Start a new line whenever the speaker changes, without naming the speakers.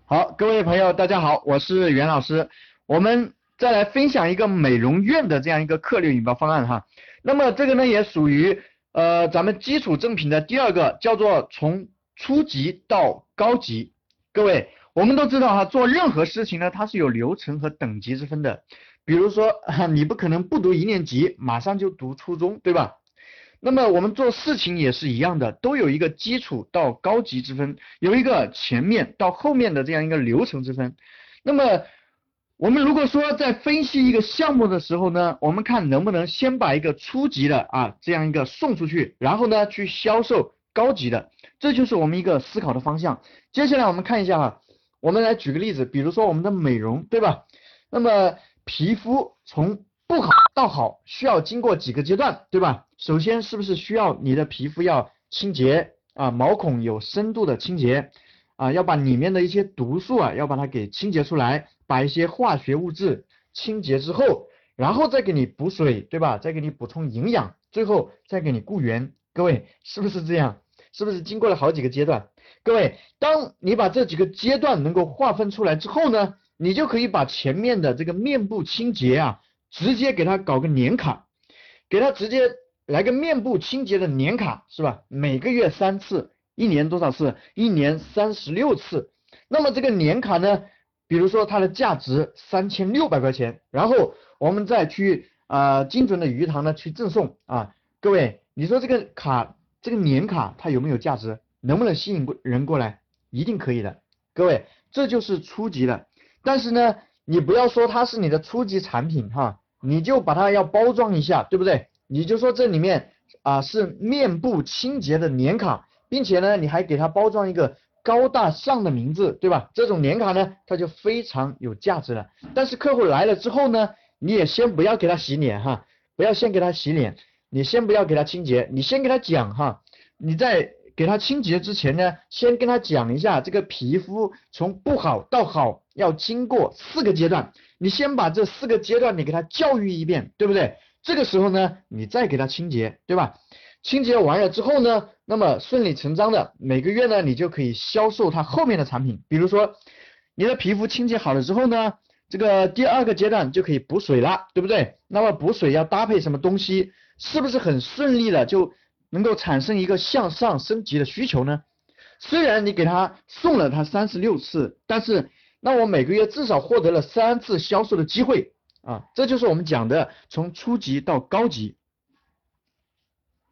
好，各位朋友，大家好，我是袁老师。我们再来分享一个美容院的这样一个客流引爆方案哈。那么这个呢也属于咱们基础正品的第二个，叫做从初级到高级。各位，我们都知道哈，做任何事情呢，它是有流程和等级之分的。比如说，你不可能不读一年级，马上就读初中，对吧？那么我们做事情也是一样的，都有一个基础到高级之分，有一个前面到后面的这样一个流程之分。那么我们如果说在分析一个项目的时候呢，我们看能不能先把一个初级的这样一个送出去，然后呢去销售高级的，这就是我们一个思考的方向。接下来我们看一下我们来举个例子，比如说我们的美容，对吧？那么皮肤从不好到好需要经过几个阶段，对吧？首先是不是需要你的皮肤要清洁毛孔有深度的清洁要把里面的一些毒素要把它给清洁出来，把一些化学物质清洁之后，然后再给你补水，对吧？再给你补充营养，最后再给你固元。各位是不是这样？是不是经过了好几个阶段？各位，当你把这几个阶段能够划分出来之后呢，你就可以把前面的这个面部清洁直接给它搞个年卡，给它直接来个面部清洁的年卡，是吧？每个月3次，一年多少次？一年36次。那么这个年卡呢，比如说它的价值3600块钱，然后我们再去精准的鱼塘呢去赠送各位，你说这个卡这个年卡它有没有价值？能不能吸引人过来？一定可以的。各位，这就是初级的。但是呢，你不要说它是你的初级产品你就把它要包装一下，对不对？你就说这里面是面部清洁的年卡，并且呢你还给它包装一个高大上的名字，对吧？这种年卡呢它就非常有价值了。但是客户来了之后呢，你也先不要给他洗脸不要先给他洗脸，你先不要给他清洁，你先给他讲你在给他清洁之前呢，先跟他讲一下这个皮肤从不好到好要经过4个阶段，你先把这4个阶段你给他教育一遍，对不对？这个时候呢，你再给他清洁，对吧？清洁完了之后呢，那么顺理成章的每个月呢，你就可以销售他后面的产品，比如说你的皮肤清洁好了之后呢，这个第2个阶段就可以补水了，对不对？那么补水要搭配什么东西？是不是很顺利的就能够产生一个向上升级的需求呢？虽然你给他送了他36次，但是那我每个月至少获得了3次销售的机会这就是我们讲的从初级到高级。